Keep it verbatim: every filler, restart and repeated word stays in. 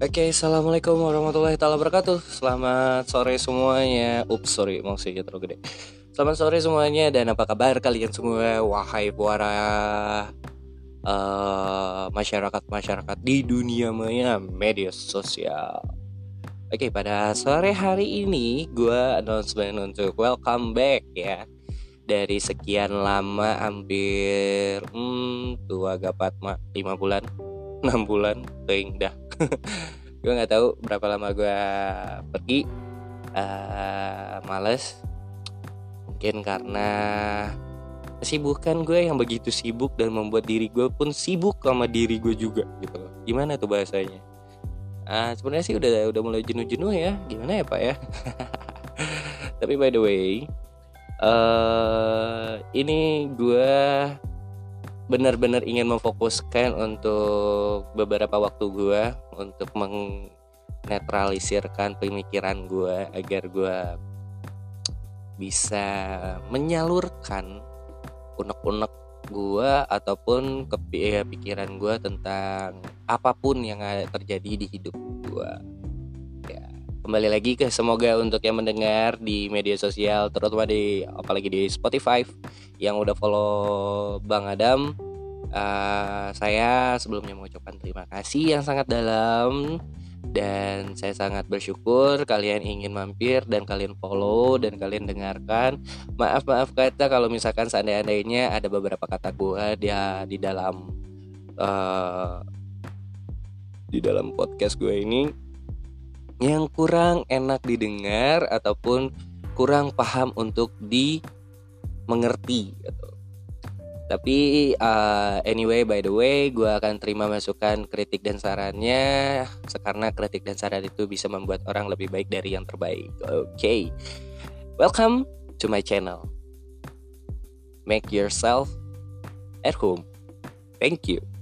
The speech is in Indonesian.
Oke, assalamualaikum warahmatullahi taala wabarakatuh. Selamat sore semuanya. Ups, sorry, maksudnya terlalu gede. Selamat sore semuanya dan apa kabar kalian semua? Wahai para uh, masyarakat-masyarakat di dunia maya media sosial. Oke, pada sore hari ini gue announcement untuk welcome back ya. Dari sekian lama hampir hmm, tua gapat mak lima bulan, enam bulan, ting dah. Gue nggak tahu berapa lama gue pergi, uh, males, mungkin karena kesibukan gue yang begitu sibuk dan membuat diri gue pun sibuk sama diri gue juga gitu loh. Gimana tuh bahasanya? Uh, sebenarnya sih udah udah mulai jenuh-jenuh ya. Gimana ya Pak ya? Tapi by the way, uh, ini gue benar-benar ingin memfokuskan untuk beberapa waktu gue untuk menetralisirkan pemikiran gue agar gue bisa menyalurkan unek-unek gue ataupun kepikiran gue tentang apapun yang terjadi di hidup gue. Ya, kembali lagi ke semoga untuk yang mendengar di media sosial, terutama di apalagi di Spotify yang udah follow Bang Adam, uh, saya sebelumnya mengucapkan terima kasih yang sangat dalam dan saya sangat bersyukur kalian ingin mampir dan kalian follow dan kalian dengarkan. Maaf maaf kata kalau misalkan seandainya ada beberapa kata gua dia di dalam uh, di dalam podcast gue ini yang kurang enak didengar ataupun kurang paham untuk dimengerti gitu. Tapi uh, anyway, by the way, gue akan terima masukan, kritik dan sarannya, karena kritik dan saran itu bisa membuat orang lebih baik dari yang terbaik. Oke, okay. Welcome to my channel. Make yourself at home. Thank you.